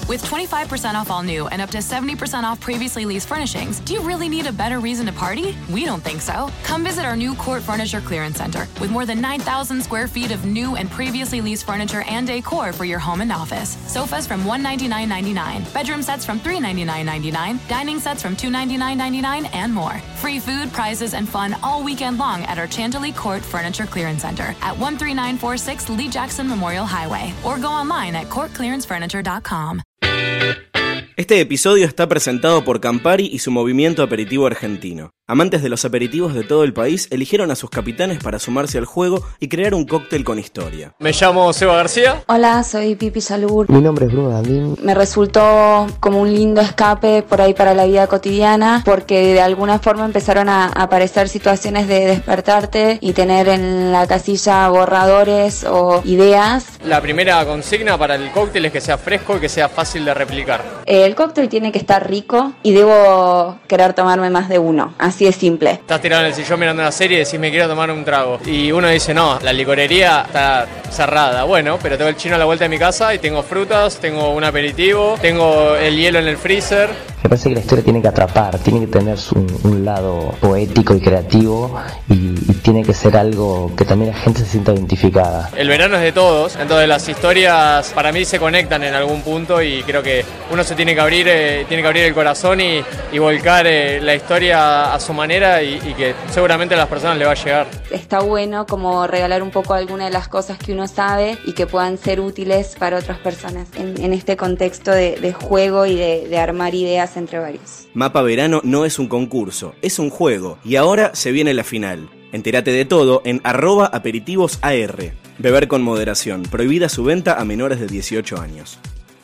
With 25% off all new and up to 70% off previously leased furnishings, do you really need a better reason to party? We don't think so. Come visit our new Court Furniture Clearance Center with more than 9,000 square feet of new and previously leased furniture and decor for your home and office. Sofas from $199.99, bedroom sets from $399.99, dining sets from $299.99, and more. Free food, prizes, and fun all weekend long at our Chantilly Court Furniture Clearance Center at 13946 Lee Jackson Memorial Highway or go online at courtclearancefurniture.com. Este episodio está presentado por Campari y su movimiento aperitivo argentino. Amantes de los aperitivos de todo el país eligieron a sus capitanes para sumarse al juego y crear un cóctel con historia. Me llamo Seba García. Hola, soy Pipi Salur. Mi nombre es Bruno Dandín. Me resultó como un lindo escape por ahí para la vida cotidiana, porque de alguna forma empezaron a aparecer situaciones de despertarte y tener en la casilla borradores o ideas. La primera consigna para el cóctel es que sea fresco y que sea fácil de replicar. El cóctel tiene que estar rico y debo querer tomarme más de uno. Así de simple. Estás tirado en el sillón mirando una serie y decís me quiero tomar un trago. Y uno dice no, la licorería está cerrada. Bueno, pero tengo el chino a la vuelta de mi casa y tengo frutas, tengo un aperitivo, tengo el hielo en el freezer. Me parece que la historia tiene que atrapar, tiene que tener un lado poético y creativo y tiene que ser algo que también la gente se sienta identificada. El verano es de todos, entonces las historias para mí se conectan en algún punto y creo que uno se tiene que abrir el corazón y volcar la historia a su manera y que seguramente a las personas le va a llegar. Está bueno como regalar un poco alguna de las cosas que uno sabe y que puedan ser útiles para otras personas en este contexto de juego y de armar ideas entre varios. Mapa Verano no es un concurso, es un juego y ahora se viene la final. Entérate de todo en @aperitivosAR. Beber con moderación, prohibida su venta a menores de 18 años.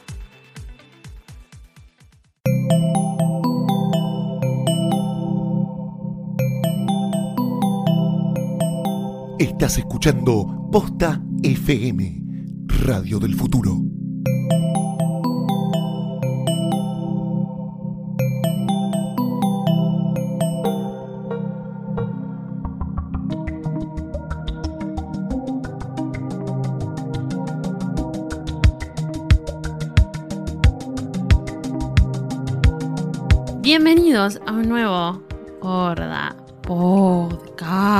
Estás escuchando Posta FM, Radio del Futuro. Bienvenidos a un nuevo Gorda Podcast.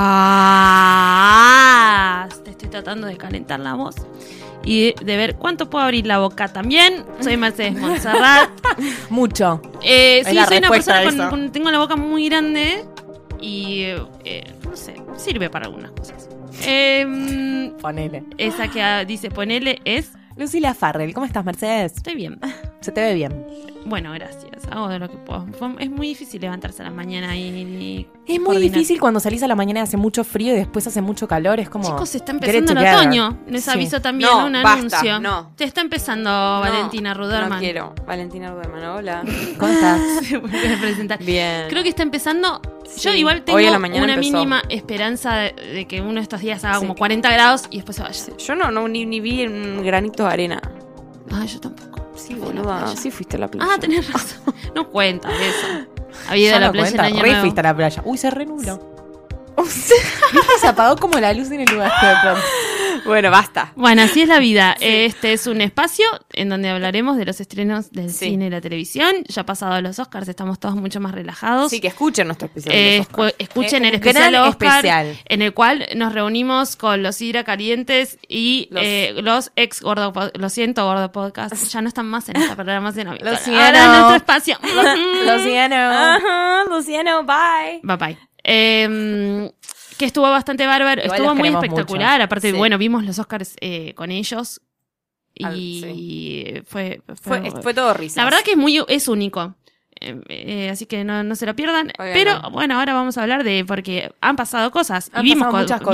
Estoy tratando de calentar la voz y de ver cuánto puedo abrir la boca también. Soy Mercedes Montserrat. Mucho. Sí, soy una persona tengo la boca muy grande y no sé, sirve para algunas cosas. Ponele. Esa que dice ponele es Lucila Farrell. ¿Cómo estás, Mercedes? Estoy bien. Se te ve bien. Bueno, gracias. Hago de lo que puedo. Es muy difícil levantarse a la mañana y es muy difícil cuando salís a la mañana y hace mucho frío y después hace mucho calor. Es como... Chicos, se está empezando el otoño. Les aviso también un anuncio. No. Se está empezando Valentina Ruderman. No quiero. Valentina Ruderman, hola. ¿Cómo estás? Se vuelve a presentar. Bien. Creo que está empezando... Sí. Yo igual tengo una empezó. Mínima esperanza de que uno de estos días haga como 40 grados y después se vaya. Sí. Yo ni vi un granito de arena. Ah, yo tampoco. Sí, boluda. Sí fuiste a la playa. Ah, tenés razón. No cuenta eso. Había ido a la playa el año nuevo. Fuiste a la playa. Uy, se renubló. ¿Viste? Se apagó como la luz en el lugar de pronto. Bueno, basta. Bueno, así es la vida. Sí. Este es un espacio en donde hablaremos de los estrenos del cine y la televisión. Ya pasado los Oscars, estamos todos mucho más relajados. Sí, que escuchen nuestro especial de los Oscars. Escuchen el especial Oscar, en el cual nos reunimos con los Sidra Calientes y los ex Gordo Podcast. Lo siento, Gordo Podcast. Ya no están más en esta programación. Ahora en nuestro espacio. Luciano, bye. Bye. Que estuvo bastante bárbaro, igual estuvo muy espectacular. Mucho. Aparte, bueno, vimos los Oscars con ellos y fue todo risa. La verdad que es único. Así que no se lo pierdan. Obviamente. Pero bueno, ahora vamos a hablar porque han pasado cosas. Vimos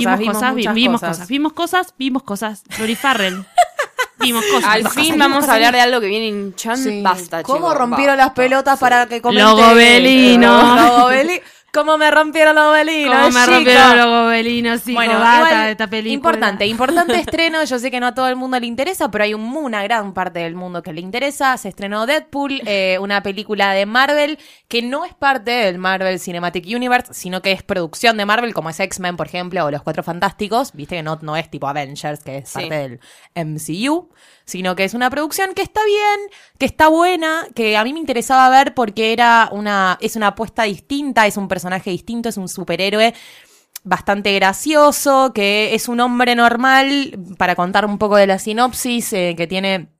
cosas. Rory Farrell. Vimos cosas. Al fin vamos a hablar de algo que viene hinchando. Sí. Basta, ¿Cómo chicos, rompieron las pelotas para que comenten? Logobelino. Cómo me rompieron los gobelinos. Cómo me rompieron los gobelinos, hijo, bueno, bata de esta película. Importante estreno. Yo sé que no a todo el mundo le interesa, pero hay una gran parte del mundo que le interesa. Se estrenó Deadpool, una película de Marvel que no es parte del Marvel Cinematic Universe, sino que es producción de Marvel, como es X-Men, por ejemplo, o Los Cuatro Fantásticos. Viste que no es tipo Avengers, que es parte del MCU, sino que es una producción que está bien, que está buena, que a mí me interesaba ver porque es una apuesta distinta, es un personaje distinto, es un superhéroe bastante gracioso, que es un hombre normal, para contar un poco de la sinopsis, que tiene...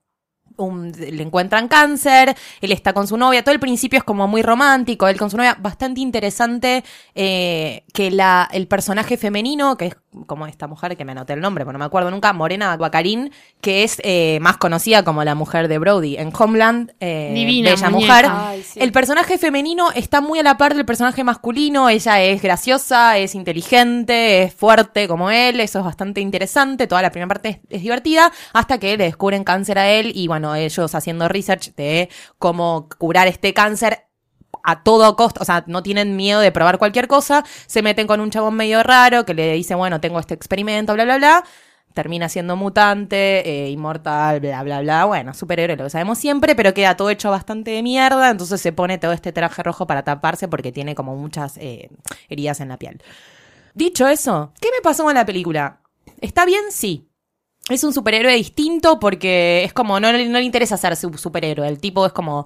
le encuentran cáncer, él está con su novia, todo el principio es como muy romántico, él con su novia, bastante interesante, que el personaje femenino, que es como esta mujer, que me anoté el nombre, pero no me acuerdo nunca, Morena Baccarin, que es más conocida como la mujer de Brody en Homeland, divina, bella muñeca. mujer. Ay, sí. El personaje femenino está muy a la par del personaje masculino, ella es graciosa, es inteligente, es fuerte como él, eso es bastante interesante, toda la primera parte es divertida, hasta que le descubren cáncer a él y bueno, ellos haciendo research de cómo curar este cáncer a todo costo, o sea, no tienen miedo de probar cualquier cosa, se meten con un chabón medio raro que le dice, bueno, tengo este experimento, bla, bla, bla, termina siendo mutante, inmortal, bla, bla, bla, bueno, superhéroe, lo que sabemos siempre, pero queda todo hecho bastante de mierda, entonces se pone todo este traje rojo para taparse porque tiene como muchas heridas en la piel. Dicho eso, ¿qué me pasó con la película? ¿Está bien? Sí. Es un superhéroe distinto porque es como, no le interesa ser superhéroe, el tipo es como...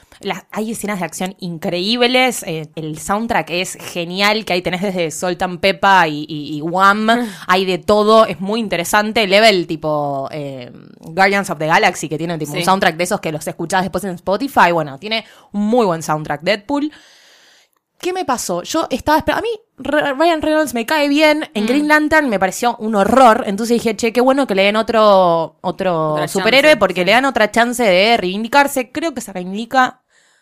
hay escenas de acción increíbles, el soundtrack es genial, que ahí tenés desde Salt and Pepper y Wham, hay de todo, es muy interesante, level tipo Guardians of the Galaxy, que tienen tipo un soundtrack de esos que los escuchás después en Spotify, bueno, tiene un muy buen soundtrack Deadpool. ¿Qué me pasó? Yo estaba esperando... A mí Ryan Reynolds me cae bien. En Green Lantern me pareció un horror. Entonces dije, che, qué bueno que le den otro superhéroe chance, porque le dan otra chance de reivindicarse. Creo que se reivindica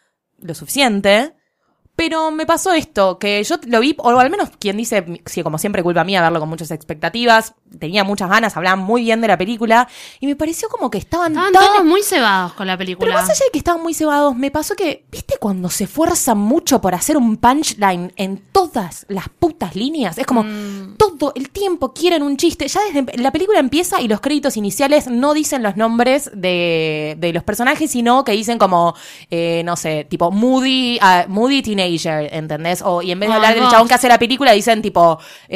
lo suficiente. Pero me pasó esto, que yo lo vi, o al menos quien dice, sí, como siempre culpa mía verlo con muchas expectativas, tenía muchas ganas, hablaban muy bien de la película, y me pareció como que estaban todos muy cebados con la película. Pero más allá de que estaban muy cebados, me pasó que, ¿viste cuando se esfuerzan mucho por hacer un punchline en todas las putas líneas? Es como, todo el tiempo quieren un chiste. Ya desde la película empieza y los créditos iniciales no dicen los nombres de los personajes, sino que dicen como, no sé, tipo Moody Teenager, ¿entendés? Y en vez de hablar del chabón que hace la película, dicen tipo,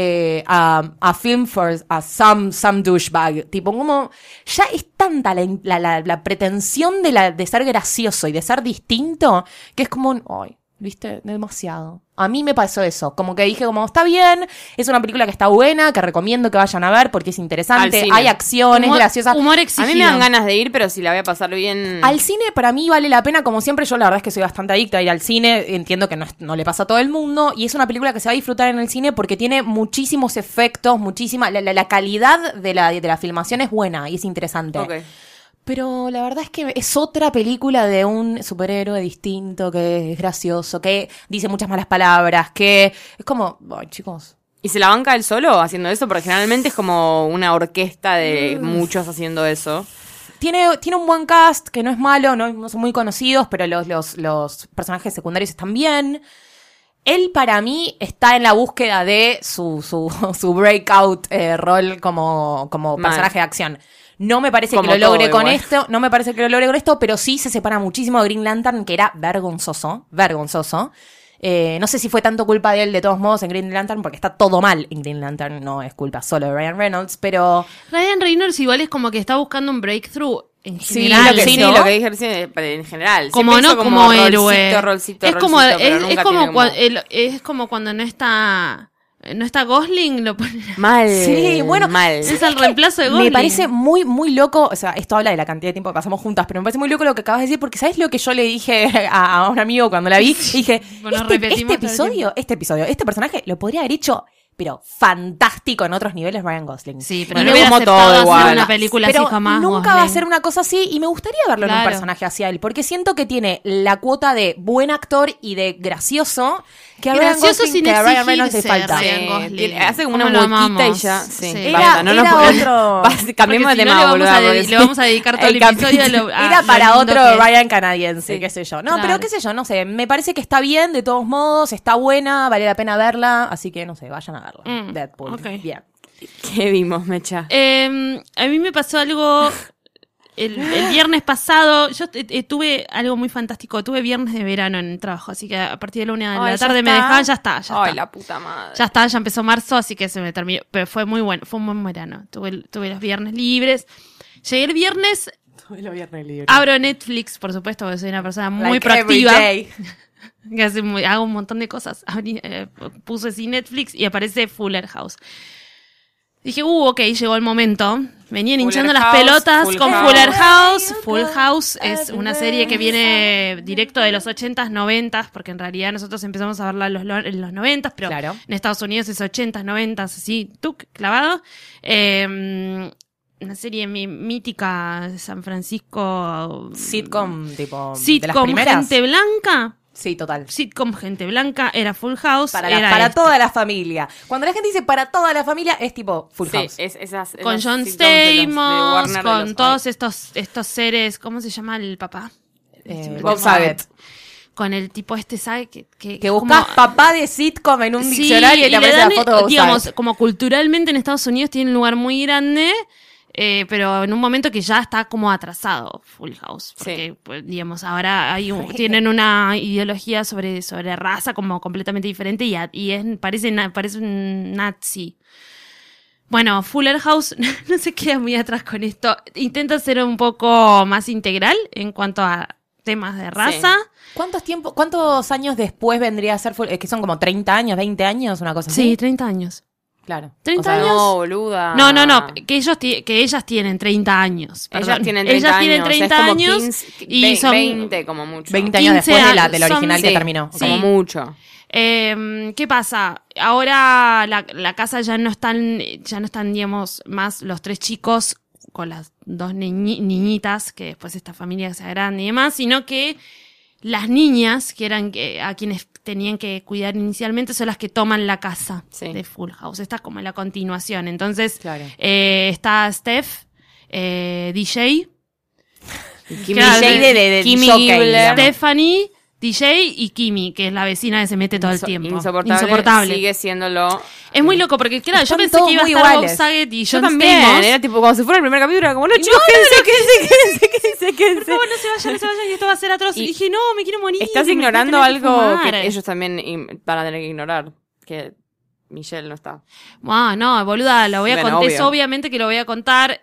a film for some douchebag. Tipo, como, ya es tanta la pretensión de ser gracioso y de ser distinto, que es como, ay, ¿viste? Demasiado. A mí me pasó eso, como que dije, como, está bien, es una película que está buena, que recomiendo que vayan a ver porque es interesante, hay acciones graciosas. Humor exigido. A mí me dan ganas de ir, pero si la voy a pasar bien... Al cine para mí vale la pena, como siempre, yo la verdad es que soy bastante adicta a ir al cine, entiendo que no le pasa a todo el mundo, y es una película que se va a disfrutar en el cine porque tiene muchísimos efectos, la calidad de la filmación es buena y es interesante. Okay. Pero la verdad es que es otra película de un superhéroe distinto, que es gracioso, que dice muchas malas palabras, que es como, ay, chicos. ¿Y se la banca él solo haciendo eso? Porque generalmente es como una orquesta de muchos haciendo eso. Tiene un buen cast, que no es malo, no son muy conocidos, pero los personajes secundarios están bien. Él, para mí, está en la búsqueda de su breakout rol como personaje de acción. No me parece que lo logre con esto, pero sí se separa muchísimo de Green Lantern, que era vergonzoso. No sé si fue tanto culpa de él, de todos modos, en Green Lantern, porque está todo mal en Green Lantern, no es culpa solo de Ryan Reynolds, pero... Ryan Reynolds igual es como que está buscando un breakthrough en general. ¿no? Lo que dije recién, en general. Como no como héroe. Rolcito, es como cuando no está Gosling, lo ponen mal. Sí, bueno, mal. Es el reemplazo de Gosling. Me parece muy, muy loco, o sea, esto habla de la cantidad de tiempo que pasamos juntas, pero me parece muy loco lo que acabas de decir, porque ¿sabes lo que yo le dije a un amigo cuando la vi? Dije, bueno, este personaje lo podría haber hecho pero fantástico en otros niveles Ryan Gosling. Sí, pero Bueno, no hubiera como aceptado todo igual. hacer una película Pero así jamás. nunca va a ser una cosa así y me gustaría verlo en un Claro. personaje hacia él, porque siento que tiene la cuota de buen actor y de gracioso que a Ryan Gracioso Gosling, sin que a Ryan Reynolds le exigirse, falta. Ryan Gosling. Hace como ¿Cómo una lo muequita y amamos? ya. Sí, Sí. basta, no nos Era podemos- otro. Cambiemos de Porque si tema, no, boluda, porque le vamos a dedicar todo el capítulo- episodio Era para lo otro lindo que- Ryan canadiense, Sí. qué sé yo. No, Claro. pero qué sé yo, no sé. Me parece que está bien, de todos modos, está buena, vale la pena verla, así que no sé, vayan a verla. Deadpool. ok. Bien. ¿Qué vimos, Mecha? A mí me pasó algo el viernes pasado. Yo tuve algo muy fantástico. Tuve viernes de verano en el trabajo, así que a partir de la 1 de Ay, la ya tarde me está. dejaban, ya está. Ay, la puta madre. Ya está, ya empezó marzo, así que se me terminó. Pero fue muy bueno, fue un buen verano. Tuve los viernes libres. Llegué el viernes, abro Netflix, por supuesto, porque soy una persona muy Like proactiva. every day. Que hago un montón de cosas. Puse así Netflix y aparece Fuller House. Dije, ok, llegó el momento. Venían Fuller hinchando las House, pelotas Full con House. Fuller House. Full House es una serie que viene directo de los 80s, 90s, porque en realidad nosotros empezamos a verla en los 90s, pero Claro. en Estados Unidos es 80s, 90s, así, clavado. Una serie mítica de San Francisco. Sitcom, tipo, de las Sitcom primeras. gente blanca. Sí, total. Sitcom gente blanca, era Full House. era Para esto. toda la familia. Cuando la gente dice para toda la familia, es tipo Full Sí, House. esas Con John sitcoms de Stamos, Warner, de con los- todos estos seres, ¿cómo se llama el papá? Bob Saget. Con el tipo ¿sabe? Que Que buscas papá de sitcom en un Sí, diccionario y te le aparece dan, la foto de Bob digamos, Saget. como culturalmente en Estados Unidos tiene un lugar muy grande, pero en un momento que ya está como atrasado Full House. Porque, pues, digamos, ahora tienen una ideología sobre raza como completamente diferente y parece un nazi. Bueno, Fuller House no se queda muy atrás con esto. Intenta ser un poco más integral en cuanto a temas de raza. ¿Cuántos años después vendría a ser Full? Que son como 30 años, 20 años, una cosa así. Sí, 30 años. Claro. 30 O sea, años. No, boluda. No, que ellas tienen 30 años. Ellas perdón. tienen 30 Ellas años. tienen 30 es como años 15, y son 20 como mucho. 20 años 15 después años, del original que Sí, terminó. Sí. Como mucho. ¿Qué pasa? Ahora la casa ya no están, digamos, más los 3 chicos con las 2 niñitas, que después esta familia sea grande y demás, sino que las niñas, que eran a quienes tenían que cuidar inicialmente, son las que toman la casa de Full House. Esta es como la continuación. Entonces, Claro. está Steph, DJ, Kimi Claro, de Kimi jockey, Gibbler. digamos. Stephanie, DJ y Kimi, que es la vecina que se mete todo el tiempo. Insoportable. Sigue siéndolo. Es muy loco porque, claro, yo Están pensé todos que iba a muy estar Bob iguales. Saget y Yo John también. Stamos. Era tipo, como si fuera el primer capítulo, era como, no, chicos, quédense. Por favor, no se vayan y esto va a ser atroz. Y Y dije, no, me quiero morir. Estás me ignorando voy a tener que algo fumar. que ellos también van a tener que ignorar. Que Michelle no está. No, boluda, lo voy a Bueno, contar. obvio. Obviamente que lo voy a contar.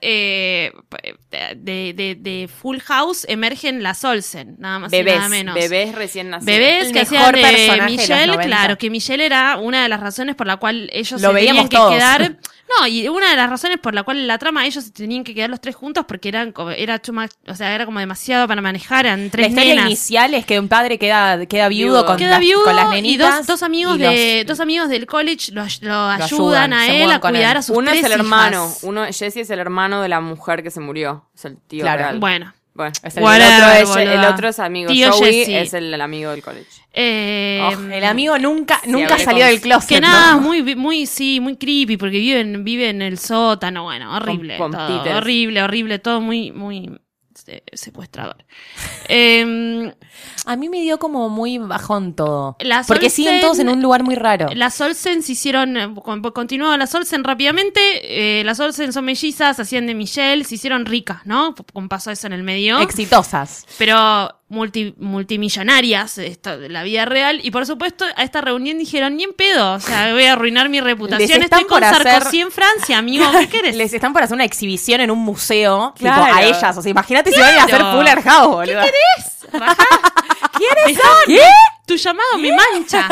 De Full House emergen las Olsen, nada más y nada menos. Bebés recién nacidos. Bebés El que mejor hacían de personaje de los Michelle, 90. claro, que Michelle era una de las razones por la cual ellos Lo se tenían veíamos que todos. quedar. No, y una de las razones por la cual en la trama ellos se tenían que quedar los 3 juntos porque era too much, o sea, era como demasiado para manejar, eran 3 La historia nenas. inicial es que un padre queda viudo Viudo. con, Queda viudo con las y nenitas. dos amigos y dos amigos del college lo ayudan ayudan, a se él mudan a con cuidar él. a sus Uno 3 es el hermano. hijas. Jesse es el hermano de la mujer que se murió. Es el tío Claro. real. Bueno. Bueno. Es el Whatever, el boluda. otro es amigo. Tío Joey Jesse. es el amigo del college. El amigo nunca hablé salió con- del closet. Que ¿no? nada, muy creepy, porque vive en el sótano, bueno, horrible, Con todo, títeres. horrible, todo muy secuestrador. A mí me dio como muy bajón todo. Las Porque Olsen- siguen todos en un lugar muy raro. Las Olsen se hicieron, continuó las Olsen rápidamente, las Olsen son mellizas, hacían de Michelle, se hicieron ricas, ¿no? Pasó eso en el medio. Exitosas. Pero multimillonarias de la vida real. Y por supuesto, a esta reunión dijeron, ni en pedo, o sea, voy a arruinar mi reputación. Les están Estoy con por hacer- Sarkozy en Francia, amigo, ¿qué querés? Les están por hacer una exhibición en un museo, Claro. tipo, a ellas. O sea, imagínate si van a hacer Claro. Fuller House, boludo. Bajá. ¿Quiénes son? ¿Qué? Tu llamado me mancha.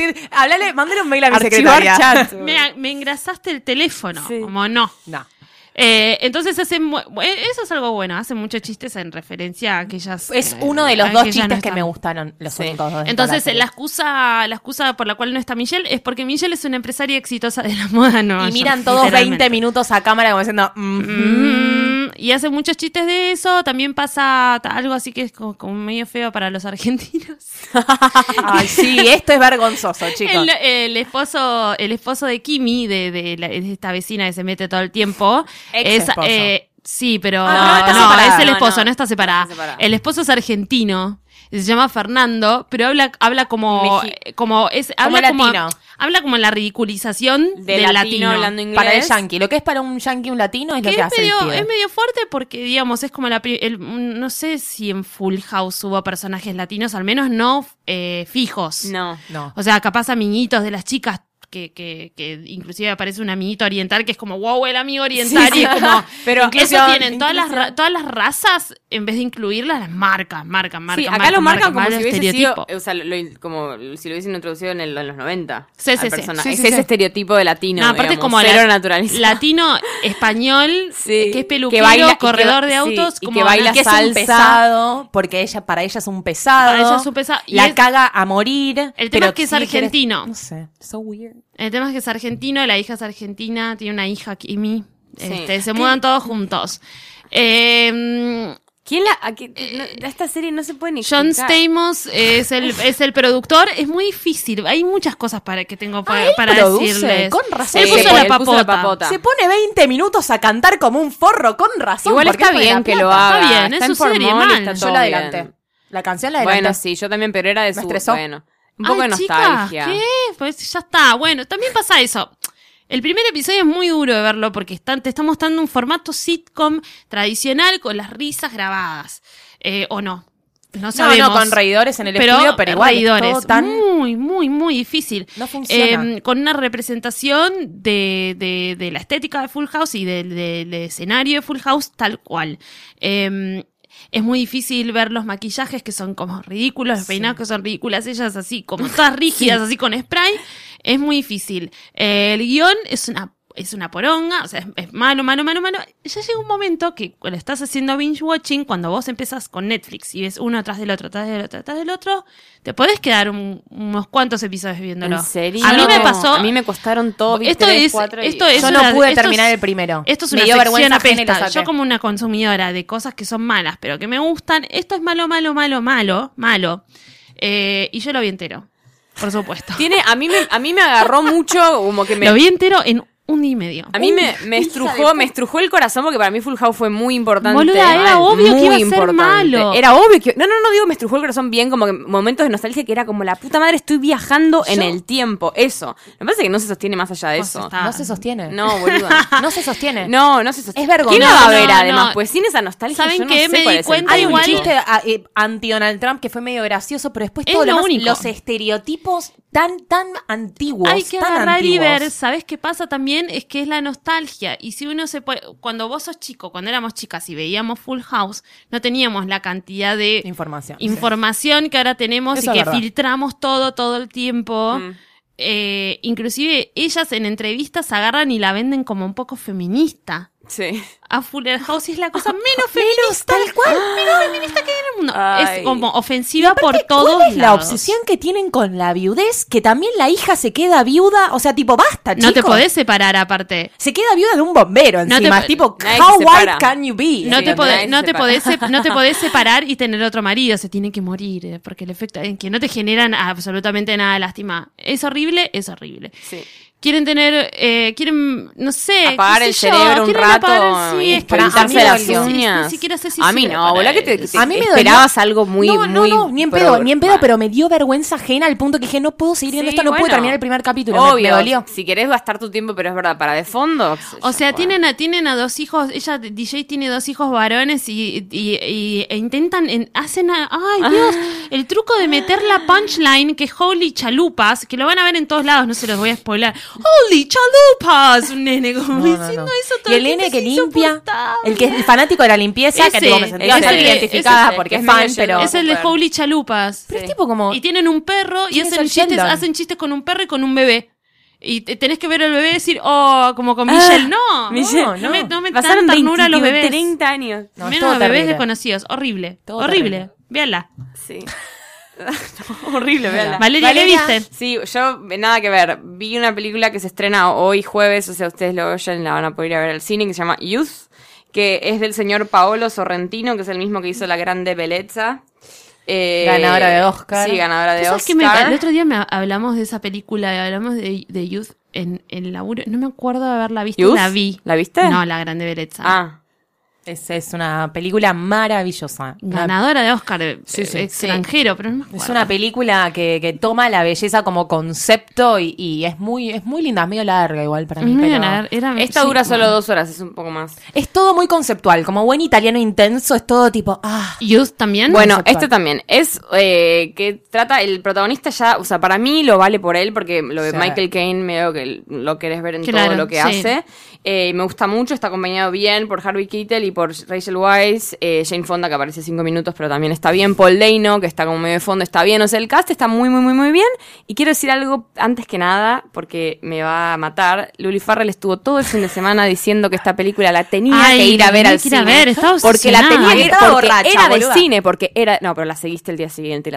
Mándale un mail a mi Archivar secretaria. chat. Me engrasaste el teléfono. Sí. Como no. No. Entonces eso es algo bueno, hacen muchos chistes en referencia a aquellas... Es uno de los dos chistes que me gustaron, los únicos dos. Entonces la excusa por la cual no está Michelle es porque Michelle es una empresaria exitosa de la moda nueva. Y miran todos 20 minutos a cámara como diciendo... Y hacen muchos chistes de eso. También pasa algo así que es como medio feo para los argentinos. Ay, sí, esto es vergonzoso, chicos. El esposo de Kimi, de esta vecina que se mete todo el tiempo... sí, pero no, es el esposo, no está separada. El esposo es argentino, se llama Fernando, pero habla como latino. Habla como en la ridiculización del latino hablando inglés. Para el yankee, lo que es para un yankee un latino es lo que hace. Es medio fuerte porque, digamos, es como no sé si en Full House hubo personajes latinos, al menos no fijos. No. O sea, capaz amiguitos de las chicas. Que inclusive aparece un amiguito oriental que es como wow, el amigo oriental, sí. Y es como pero eso tienen todas las razas, en vez de incluirlas, las marcan. Sí, acá lo marcan como si hubiese sido, o sea, como si lo hubiesen introducido en los 90. Sí. Ese estereotipo de latino, no, aparte digamos, es como naturalizado. Latino español, sí, que es peluquero, corredor de autos, sí, como que baila que salsa. Es un pesado, porque para ella es un pesado. La caga a morir. El tema es que es argentino. No sé, so weird. El tema es que es argentino, la hija es argentina, tiene una hija, Kimi. Se mudan todos juntos. Esta serie no se puede ni John Stamos es el productor. Es muy difícil. Hay muchas cosas que tengo para decirles. Con razón. Él puso la papota. Se pone 20 minutos a cantar como un forro, con razón. Igual está bien que lo haga. Está bien, es su serie, mal. Yo la adelanté. La canción la adelanté. Bueno, sí, yo también, pero era de su... Bueno. Un poco de Chicas, nostalgia. ¿qué? Pues ya está. Bueno, también pasa eso. El primer episodio es muy duro de verlo porque te está mostrando un formato sitcom tradicional con las risas grabadas. ¿O no? No sabemos. No, con reidores en el estudio, pero igual reidores. Es todo tan... Muy, muy, muy difícil. No funciona. Con una representación de la estética de Full House y del escenario de Full House tal cual. Es muy difícil ver los maquillajes que son como ridículos, los peinados que son ridículas, ellas así como todas rígidas, así con spray. Es muy difícil. El guión es una poronga, o sea, es malo. Ya llega un momento que cuando estás haciendo binge watching, cuando vos empezás con Netflix y ves uno tras del otro, te podés quedar unos cuantos episodios viéndolo. ¿En serio? A mí me pasó. A mí me costaron todos. Yo no pude terminar el primero. Esto es una sección apesta. Yo como una consumidora de cosas que son malas, pero que me gustan, esto es malo. Y yo lo vi entero. Por supuesto. A mí me agarró mucho, como que lo vi entero en un día y medio. A mí me estrujó el corazón porque para mí Full House fue muy importante. Boluda, era obvio que iba a ser malo. Era obvio que... No digo me estrujó el corazón bien, como que momentos de nostalgia que era como la puta madre, estoy viajando en el tiempo. Eso. Me parece que no se sostiene más allá de eso. No se sostiene. No, boluda. No se sostiene. No se sostiene. Es vergonzoso. ¿Qué no va a haber además? Pues sin esa nostalgia ¿saben yo no qué? sé Me cuál di es cuenta Hay igual. un chiste anti-Donald Trump que fue medio gracioso, pero después todo lo demás, los estereotipos tan antiguos. Hay que agarrar y ver. ¿Sabes qué pasa también? Es que es la nostalgia. Y si uno se puede... Cuando vos sos chico, cuando éramos chicas y veíamos Full House, no teníamos la cantidad de información que ahora tenemos y que filtramos todo el tiempo. Inclusive ellas en entrevistas agarran y la venden como un poco feminista. Sí. A Fuller House es la cosa menos feminista, tal cual, menos feminista que hay en el mundo. Es como ofensiva por todos ¿cuál es la obsesión que tienen con la viudez? Que también la hija se queda viuda, o sea, tipo, basta, chicos. No te podés separar aparte. Se queda viuda de un bombero encima, tipo, how white can you be? No te podés separar y tener otro marido, se tiene que morir, porque el efecto es que no te generan absolutamente nada de lástima. Es horrible. Sí. Quieren no sé, apagar el cerebro un rato y pintarse las uñas. A mí no, ¿verdad que te esperabas algo muy ni en pedo, pero me dio vergüenza ajena al punto que dije, no puedo seguir viendo esto, no puedo terminar el primer capítulo. Obvio, me dolió. Si querés gastar tu tiempo, pero es verdad, para de fondo. O sea, tienen a dos hijos, ella, DJ, tiene 2 hijos varones y intentan, ay Dios, el truco de meter la punchline que es Holy Chalupas, que lo van a ver en todos lados, no se los voy a spoiler. ¡Holy chalupas! Un nene como diciendo eso todo. Y el nene que limpia, el fanático de la limpieza, que tipo me sentía identificada porque es fan, pero... Es el de Holy Chalupas. Pero es tipo como... Y tienen un perro y hacen chistes con un perro y con un bebé. Y tenés que ver al bebé y decir, como con Michelle. No me pasaron dan ternura a los bebés. 30 años. No, menos a bebés desconocidos. Horrible. Todo horrible. Véanla. Sí. Horrible, véanla. Valeria, ¿qué viste? Sí, yo, nada que ver. Vi una película que se estrena hoy jueves, o sea, ustedes lo oyen, la van a poder ir a ver al cine, que se llama Youth, que es del señor Paolo Sorrentino, que es el mismo que hizo La Grande Bellezza. Ganadora de Oscar. Sí, ganadora de Oscar. El otro día hablamos de esa película, hablamos de Youth en el laburo. No me acuerdo de haberla visto. ¿Youth? La vi. ¿La viste? No, La Grande Bellezza. Ah. Es una película maravillosa. Ganadora de Oscar, extranjero, pero no me acuerdo. Es una película que toma la belleza como concepto y es muy linda, es medio larga igual para mí. Esta dura solo 2 horas, es un poco más. Es todo muy conceptual, como buen italiano intenso, es todo tipo... ¿Youth también? Bueno, conceptual. También. Es que trata, el protagonista ya, o sea, para mí lo vale por él, porque lo de Michael Caine medio que lo querés ver en todo lo que hace. Me gusta mucho, está acompañado bien por Harvey Keitel y por Rachel Weisz, Jane Fonda, que aparece 5 minutos, pero también está bien, Paul Dano, que está como medio de fondo, está bien, o sea, el cast está muy, muy, muy, muy bien, y quiero decir algo antes que nada, porque me va a matar. Luli Farrell estuvo todo el fin de semana diciendo que esta película la tenía que ir a ver al cine, porque la tenía que ir, porque era del cine, porque era, no, pero la seguiste el día siguiente,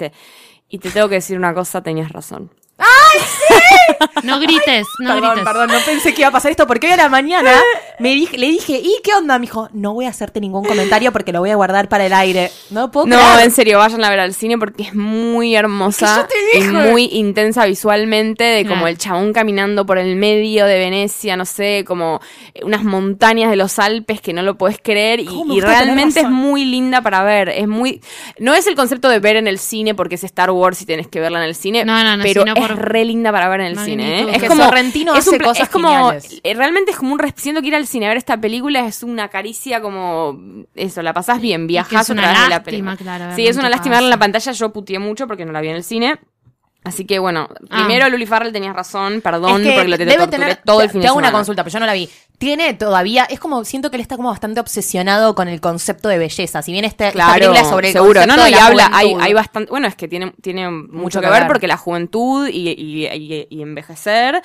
y te tengo que decir una cosa, tenías razón. ¡Ay, sí! No grites, Perdón, no pensé que iba a pasar esto, porque hoy a la mañana le dije, ¿y qué onda? Me dijo, no voy a hacerte ningún comentario porque lo voy a guardar para el aire. No puedo creer. No, en serio, vayan a ver al cine porque es muy hermosa y muy intensa visualmente, de como el chabón caminando por el medio de Venecia, no sé, como unas montañas de los Alpes que no lo podés creer, y realmente es muy linda para ver. No es el concepto de ver en el cine porque es Star Wars y tenés que verla en el cine, pero es re linda para ver en el cine. Es como Sorrentino hace cosas geniales. Realmente es como siento que ir al cine a ver esta película es una caricia, como eso, la pasás bien, viajás a través de la película. Claro, sí, es una lástima verla en la pantalla. Yo puteé mucho porque no la vi en el cine. Así que bueno, primero Luli Farrell, tenías razón, perdón, porque lo torturé todo el fin de semana. Te hago una consulta, pero yo no la vi. Tiene todavía, es como, siento que él está como bastante obsesionado con el concepto de belleza. Si bien esta película es sobre el seguro, concepto de la habla, hay bastante, bueno, es que tiene mucho que ver porque la juventud y envejecer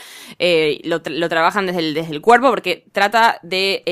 lo trabajan desde el cuerpo, porque trata de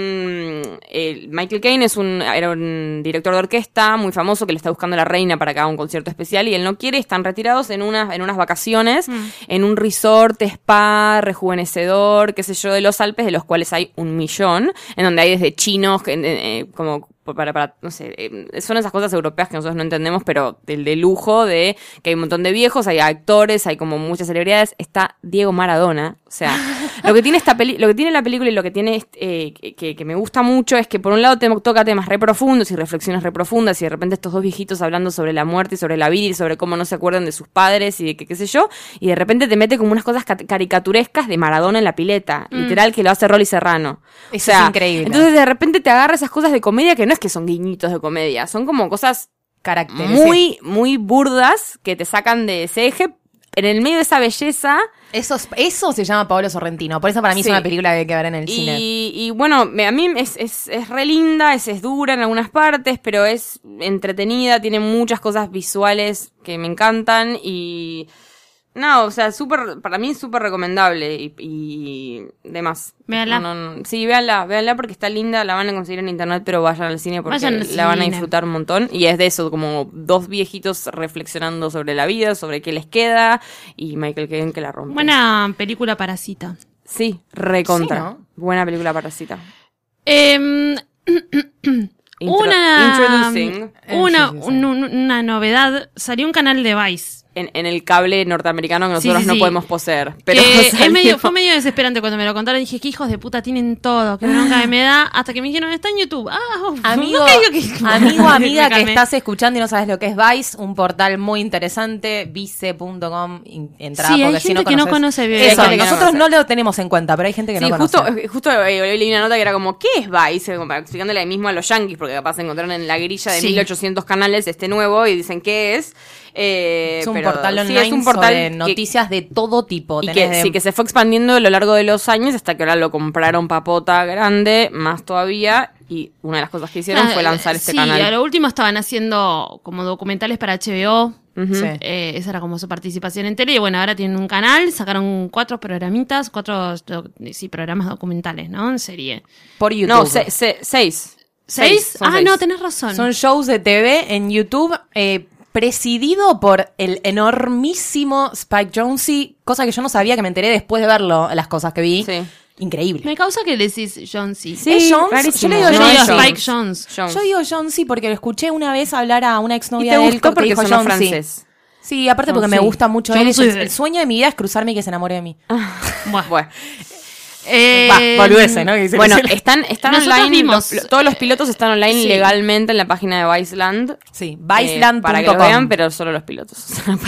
Michael Caine era un director de orquesta muy famoso que le está buscando a la reina para que haga un concierto especial, y él no quiere, están retirados en unas vacaciones en un resort, spa, rejuvenecedor, qué sé yo, de los Alpes, de los cuales hay 1 millón, en donde hay desde chinos, como para no sé, son esas cosas europeas que nosotros no entendemos, pero de lujo, de que hay un montón de viejos, hay actores, hay como muchas celebridades. Está Diego Maradona, o sea, lo que tiene lo que tiene la película y lo que tiene que me gusta mucho es que por un lado toca temas re profundos y reflexiones re profundas, y de repente estos dos viejitos hablando sobre la muerte y sobre la vida y sobre cómo no se acuerdan de sus padres y de qué sé yo, y de repente te mete como unas cosas caricaturescas de Maradona en la pileta, literal, que lo hace Rolly Serrano. Eso es increíble. Entonces de repente te agarra esas cosas de comedia que no es que son guiñitos de comedia, son como cosas muy, muy burdas que te sacan de ese eje, en el medio de esa belleza. Eso se llama Paolo Sorrentino, por eso para mí es una película que hay que ver en el cine. Y bueno, a mí es re linda, es dura en algunas partes, pero es entretenida, tiene muchas cosas visuales que me encantan, y no, o sea, para mí es súper recomendable y demás. Véanla. Sí, véanla porque está linda, la van a conseguir en internet, pero vayan al cine porque la van a disfrutar un montón. Y es de eso, como dos viejitos reflexionando sobre la vida, sobre qué les queda, y Michael Caine que la rompe. Buena película parasita. Sí, recontra. Sí, ¿no? Buena película parasita. Una novedad, salió un canal de Vice. En el cable norteamericano que nosotros no podemos poseer. Pero fue medio desesperante cuando me lo contaron. Dije, qué hijos de puta tienen todo, qué bronca me da. Hasta que me dijeron, está en YouTube. Amigo, amiga que estás escuchando y no sabes lo que es Vice, un portal muy interesante, vice.com, entra, sí, porque hay gente que no conoce bien. Eso, nosotros no lo tenemos en cuenta, pero hay gente que no conoce. Justo leí una nota que era como, ¿qué es Vice? Como explicándole mismo a los yankees, porque capaz se encontraron en la grilla de 1800 canales nuevo y dicen, ¿qué es? Es un portal online sobre noticias de todo tipo. Y que se fue expandiendo a lo largo de los años hasta que ahora lo compraron papota grande, más todavía, y una de las cosas que hicieron fue lanzar este canal. Sí, a lo último estaban haciendo como documentales para HBO, Esa era como su participación en tele. Y bueno, ahora tienen un canal, sacaron 4 programitas, 4 programas documentales, ¿no? En serie. Por YouTube. No, 6. ¿6? No, tenés razón. Son shows de TV en YouTube, presidido por el enormísimo Spike Jonze, cosa que yo no sabía, que me enteré después de verlo, las cosas que vi. Sí. Increíble. Me causa que le decís Jonze. Sí, ¿es Jonze? Yo le digo Spike Jonze. Yo digo Jonze porque lo escuché una vez hablar a una exnovia de él porque dijo Jonze. Francés. Sí, aparte porque me gusta mucho él. El sueño de mi vida es cruzarme y que se enamore de mí. Bueno. Volverse, ¿no? Bueno, están online. Todos los pilotos están online legalmente en la página de Viceland. Sí, Viceland.com. Para que lo vean, pero solo los pilotos.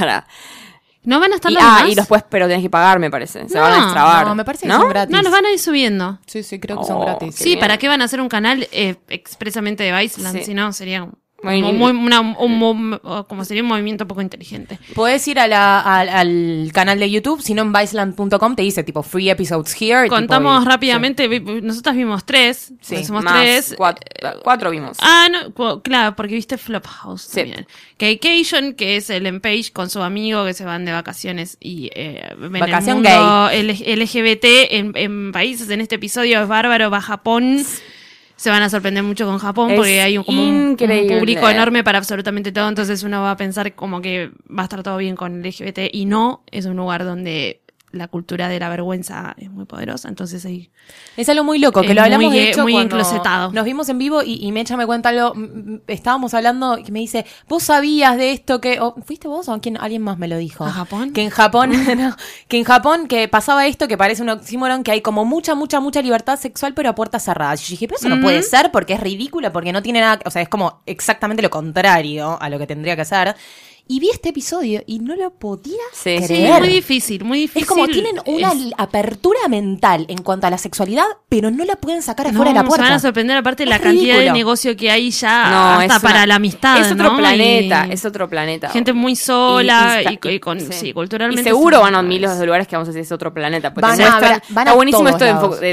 No van a estar los demás. Y después, pero tenés que pagar, me parece. Se van a extrabar. No, me parece que son gratis. No, los van a ir subiendo. Sí, creo que son gratis. Sí, ¿para qué van a hacer un canal expresamente de Viceland? Si no, sería como sería un movimiento poco inteligente. Puedes ir al canal de YouTube, si no en Viceland.com te dice tipo free episodes here. Contamos rápidamente, nosotras vimos 3. Sí, somos más 3. 4 vimos. No, claro, porque viste Flophouse también. Vacation, que es el Page con su amigo que se van de vacaciones y vacación gay. LGBT en países. En este episodio es bárbaro, va a Japón. Se van a sorprender mucho con Japón porque hay un público enorme para absolutamente todo, entonces uno va a pensar como que va a estar todo bien con el LGBT y no, es un lugar donde la cultura de la vergüenza es muy poderosa, entonces ahí... Es algo muy loco, que lo hablamos de hecho muy cuando enclosetado. Nos vimos en vivo y Mecha me cuenta algo, estábamos hablando y me dice, ¿vos sabías de esto que... ¿Fuiste vos o alguien más me lo dijo? ¿A Japón? Que en Japón, que pasaba esto, que parece un oxímoron, que hay como mucha libertad sexual pero a puertas cerradas. Y yo dije, pero eso no puede ser porque es ridículo, porque no tiene nada... O sea, es como exactamente lo contrario a lo que tendría que ser. Y vi este episodio y no lo podía creer. Sí, es muy difícil. Es como tienen una apertura mental en cuanto a la sexualidad, pero no la pueden sacar afuera de la puerta. Se van a sorprender aparte la cantidad de negocio que hay ya hasta para la amistad. Es otro planeta, es otro planeta. Gente muy sola y culturalmente. Y seguro van a miles de lugares que vamos a decir es otro planeta. Porque está buenísimo esto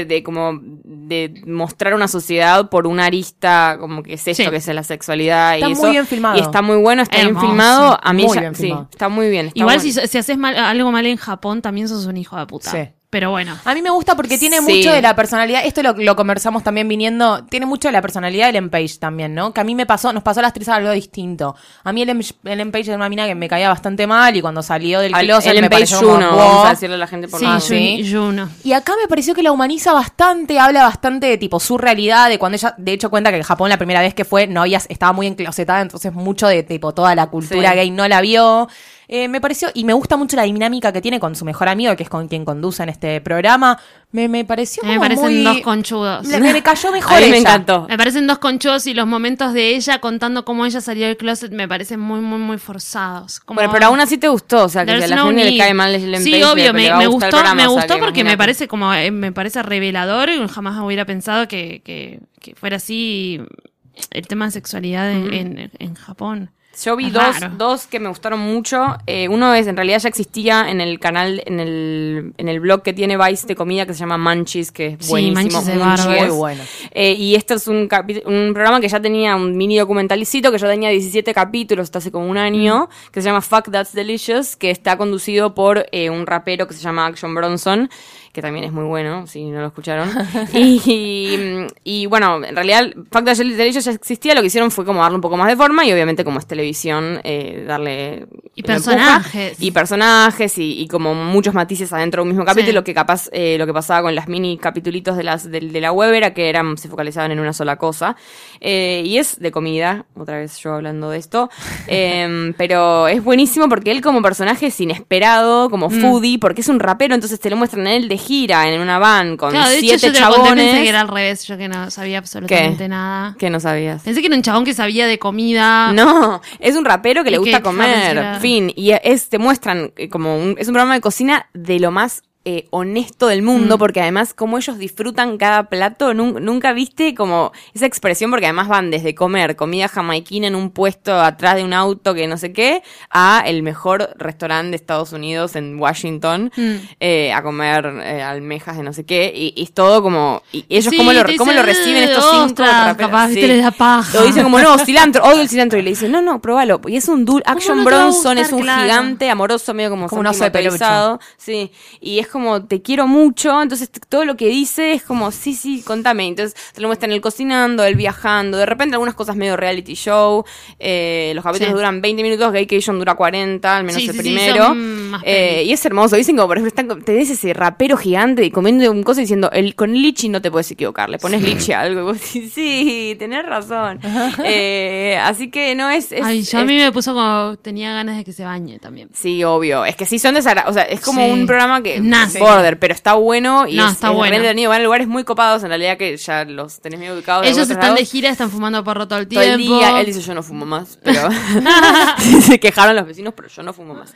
de mostrar una sociedad por una arista, como que es esto, que es la sexualidad. Está y muy bien filmado. Y está muy bueno, está bien filmado. A mí está muy bien. Igual si haces algo mal en Japón, también sos un hijo de puta. Sí. Pero bueno. A mí me gusta porque tiene mucho de la personalidad. Esto lo conversamos también viniendo. Tiene mucho de la personalidad del Ellen Page también, ¿no? Que a mí nos pasó a las 3 algo distinto. A mí Ellen Page era una mina que me caía bastante mal y cuando salió del closet me pareció como... Vamos a decirle a la gente por nada. Juno. Y acá me pareció que la humaniza bastante, habla bastante de tipo su realidad, de cuando ella, de hecho, cuenta que en Japón la primera vez que fue, estaba muy enclosetada, entonces mucho de tipo toda la cultura gay no la vio. Me pareció, y me gusta mucho la dinámica que tiene con su mejor amigo, que es con quien conduce en este programa. Me pareció como me parecen dos conchudos. Me cayó mejor a mí ella. Me encantó. Me parecen dos conchudos y los momentos de ella contando cómo ella salió del closet me parecen muy, muy, muy forzados. Bueno, pero aún así te gustó, o sea, que si a la gente le cae mal el Sí, obvio, me gustó porque me parece revelador y jamás hubiera pensado que fuera así el tema de sexualidad en Japón. Yo vi dos que me gustaron mucho. Uno es, en realidad ya existía en el canal, en el blog que tiene Vice de comida que se llama Munchies, que es buenísimo. Muy bueno. Y este es un programa que ya tenía un mini documentalcito, que ya tenía 17 capítulos hasta hace como un año, que se llama Fuck That's Delicious, que está conducido por un rapero que se llama Action Bronson, que también es muy bueno, si no lo escucharon. y bueno, en realidad Fuck That's Delicious ya existía, lo que hicieron fue como darle un poco más de forma y obviamente como es televisión, darle personajes y como muchos matices adentro de un mismo capítulo. Lo que pasaba con las mini capitulitos de la web era que se focalizaban en una sola cosa, y es de comida, otra vez yo hablando de esto, pero es buenísimo porque él como personaje es inesperado, como foodie, porque es un rapero, entonces te lo muestran a él de gira en una van con 7 chabones. Pensé que era al revés, yo que no sabía absolutamente nada. ¿Qué no sabías? Pensé que era un chabón que sabía de comida. No, es un rapero que le gusta comer, fin, y te muestran es un programa de cocina de lo más honesto del mundo, porque además como ellos disfrutan cada plato, nunca viste como esa expresión, porque además van desde comer comida jamaiquina en un puesto atrás de un auto que no sé qué, a el mejor restaurante de Estados Unidos en Washington, a comer almejas de no sé qué, y es todo como, y ellos cómo lo reciben estos 5 capaz, sí. Les da paja. O dicen como, no, cilantro, odio el cilantro, y le dicen, no, probalo, y es un Action Bronson es un gigante amoroso, medio como un oso de peluche. Sí, y es como, te quiero mucho, entonces todo lo que dice es como, sí, contame, entonces te lo muestran él cocinando, él viajando, de repente algunas cosas medio reality show, los capítulos duran 20 minutos, Gaycation dura 40, al menos el primero, y es hermoso, dicen como, por ejemplo, te ves ese rapero gigante y comiendo un cosa diciendo, con el lichi no te puedes equivocar, le pones lichi a algo, y vos decís, sí, tenés razón, así que no es Ay, a mí me puso como, tenía ganas de que se bañe también. Sí, obvio, es que sí son desagradables, o sea, es como un programa que nace. Border, pero está bueno y está bueno. Entretenido. Van a lugares muy copados, en realidad, que ya los tenés medio ubicados. Ellos están de gira, están fumando porro todo el tiempo. Todo el día. Él dice, yo no fumo más, pero se quejaron los vecinos, pero yo no fumo más.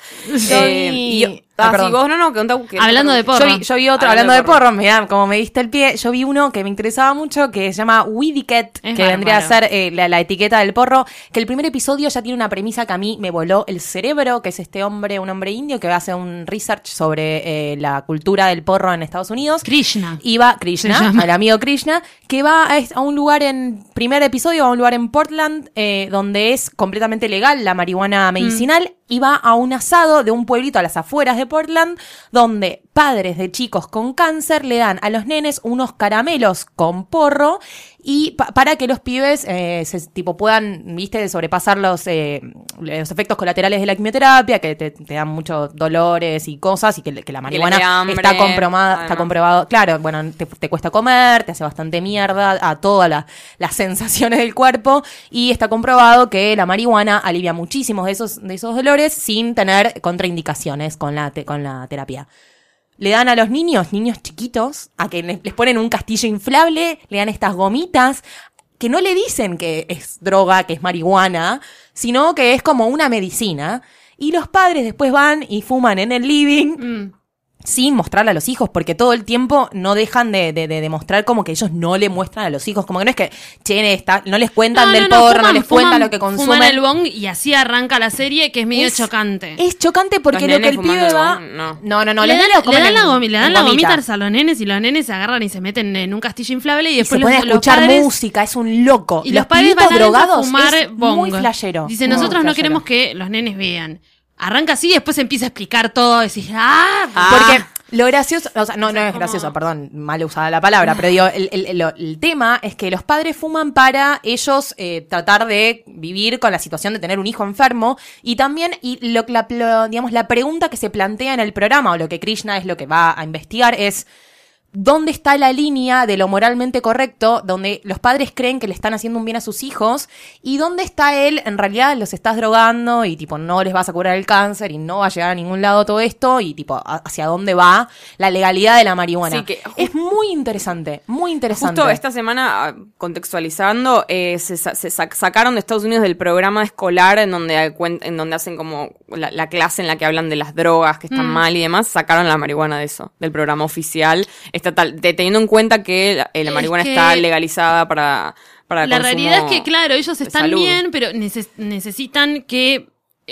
Vos no, que hablando de porro. Yo vi otro, hablando de porro, mirá, como me diste el pie, yo vi uno que me interesaba mucho, que se llama Widiket, que vendría a ser la etiqueta del porro, que el primer episodio ya tiene una premisa que a mí me voló el cerebro, que es un hombre indio que hace un research sobre la cultura del porro en Estados Unidos. Krishna, el amigo Krishna, que va a un lugar primer episodio, a un lugar en Portland, donde es completamente legal la marihuana medicinal, y va a un asado de un pueblito a las afueras de Portland, donde padres de chicos con cáncer le dan a los nenes unos caramelos con porro y para que los pibes puedan, sobrepasar los efectos colaterales de la quimioterapia, que te dan muchos dolores y cosas, y que la marihuana está comprobado, claro, bueno, te cuesta comer, te hace bastante mierda a todas las sensaciones del cuerpo, y está comprobado que la marihuana alivia muchísimos de esos dolores sin tener contraindicaciones con la terapia. Le dan a los niños chiquitos, a que les ponen un castillo inflable, le dan estas gomitas, que no le dicen que es droga, que es marihuana, sino que es como una medicina. Y los padres después van y fuman en el living, sin mostrarle a los hijos, porque todo el tiempo no dejan de demostrar como que ellos no le muestran a los hijos, como que no es que, no les cuentan del porro, no les cuentan lo que consumen. Fuman el bong y así arranca la serie, que es medio chocante. Es chocante porque lo que el pibe va... No. Le dan la gomita a los nenes, y los nenes se agarran y se meten en un castillo inflable, y después se pueden escuchar música, es un loco. Y los padres van drogados a fumar es bong. Muy flashero. Dice, nosotros no queremos que los nenes vean. Arranca así y después empieza a explicar todo. Decís, porque lo gracioso, o sea, no es gracioso, perdón, mal usada la palabra, pero digo, el tema es que los padres fuman para ellos tratar de vivir con la situación de tener un hijo enfermo, y también, la pregunta que se plantea en el programa, o lo que Krishna es lo que va a investigar, es ¿dónde está la línea de lo moralmente correcto, donde los padres creen que le están haciendo un bien a sus hijos, y dónde está él, en realidad los estás drogando y no les vas a curar el cáncer y no va a llegar a ningún lado todo esto, y hacia dónde va la legalidad de la marihuana? Sí, es muy interesante, muy interesante. Justo esta semana, contextualizando, se sacaron de Estados Unidos del programa escolar en donde hacen como la clase en la que hablan de las drogas que están mal y demás, sacaron la marihuana de eso, del programa oficial estatal, teniendo en cuenta que la marihuana está legalizada para la consumo. Realidad es que, claro, ellos están bien, pero necesitan que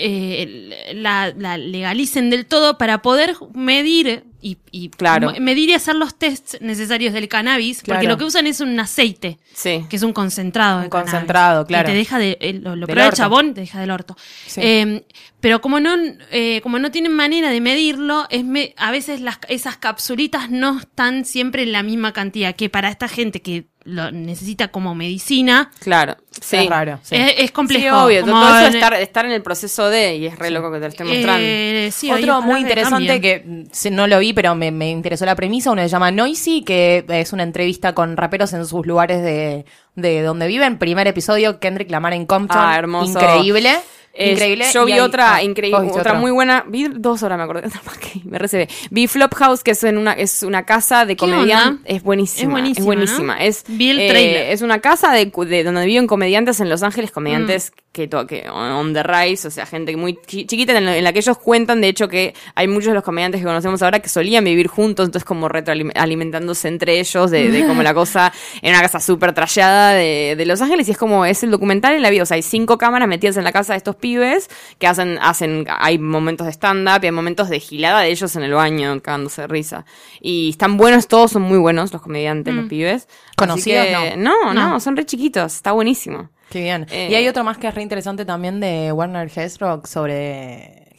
la legalicen del todo para poder medir medir y hacer los tests necesarios del cannabis, porque lo que usan es un aceite, que es un concentrado. Concentrado, claro. Y te deja lo prueba el chabón, te deja del orto. Sí. Pero como no tienen manera de medirlo, a veces esas capsulitas no están siempre en la misma cantidad, que para esta gente que lo necesita como medicina. Claro, sí. Es raro. Sí. Es complejo. Sí, obvio. Todo eso estar en el proceso y es re loco que te lo estén mostrando. Sí, otro muy interesante que no lo vi, pero me interesó la premisa, uno se llama Noisy, que es una entrevista con raperos en sus lugares de donde viven. Primer episodio, Kendrick Lamar en Compton. Hermoso. Increíble. Increíble. Yo vi otra increíble, ¿viste otra muy buena. Vi 2 horas, me acordé. Me recebé. Vi Flophouse, que es una casa de comediantes. Es buenísima. Es buenísima. ¿No? Vi el trailer. Es una casa de donde viven comediantes en Los Ángeles, comediantes que on the rise, o sea, gente muy chiquita en la que ellos cuentan, de hecho, que hay muchos de los comediantes que conocemos ahora que solían vivir juntos, entonces como retroalimentándose entre ellos de como la cosa en una casa súper trallada de Los Ángeles, y es el documental en la vida, o sea, hay 5 cámaras metidas en la casa de estos pibes que hay momentos de stand-up y hay momentos de gilada de ellos en el baño, cagándose de risa, y están buenos, todos son muy buenos los comediantes, los pibes. ¿Conocidos? No, son re chiquitos, está buenísimo. Qué bien. Y hay otro más que es re interesante también de Werner Herzog sobre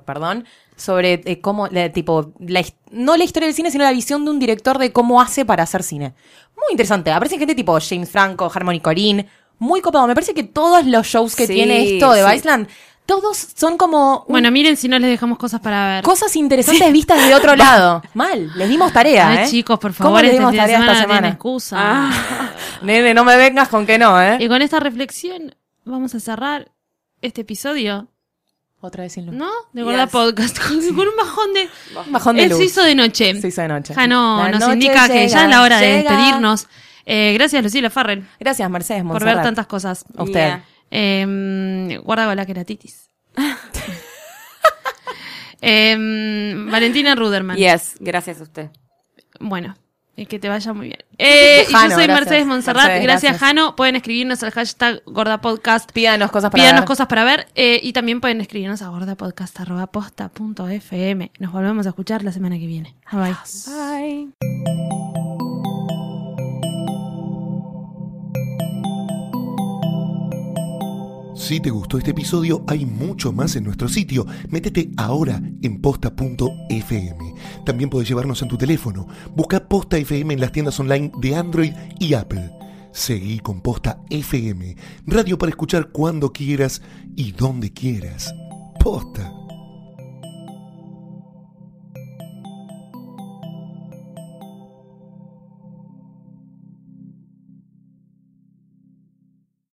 cómo, no la historia del cine, sino la visión de un director de cómo hace para hacer cine. Muy interesante. Aparece gente tipo James Franco, Harmony Korine, muy copado. Me parece que todos los shows que tiene esto de Viceland, todos son como... Bueno, miren si no les dejamos cosas para ver. Cosas interesantes vistas de otro lado. Mal, les dimos tarea, Ay, chicos, por favor, les dimos tarea esta semana? Excusa. Nene, no me vengas con que no, Y con esta reflexión vamos a cerrar este episodio. Otra vez sin luz. ¿No? De Gorda Podcast. Con un bajón de luz. Se hizo de noche. Se hizo de noche. Jano nos indica que ya es la hora de despedirnos. Gracias, Lucila Farrell. Gracias, Mercedes Monserrat. Por ver tantas cosas. A usted. Guarda con la queratitis. Valentina Ruderman. Yes, gracias a usted. Bueno, que te vaya muy bien. Y yo soy Mercedes Monserrat. Gracias, Jano. Pueden escribirnos al hashtag GordaPodcast. Pídanos cosas para ver. Y también pueden escribirnos a gordapodcast@posta.fm. Nos volvemos a escuchar la semana que viene. Bye. Bye. Si te gustó este episodio, hay mucho más en nuestro sitio. Métete ahora en posta.fm. También podés llevarnos en tu teléfono. Busca Posta FM en las tiendas online de Android y Apple. Seguí con Posta FM, radio para escuchar cuando quieras y donde quieras. Posta.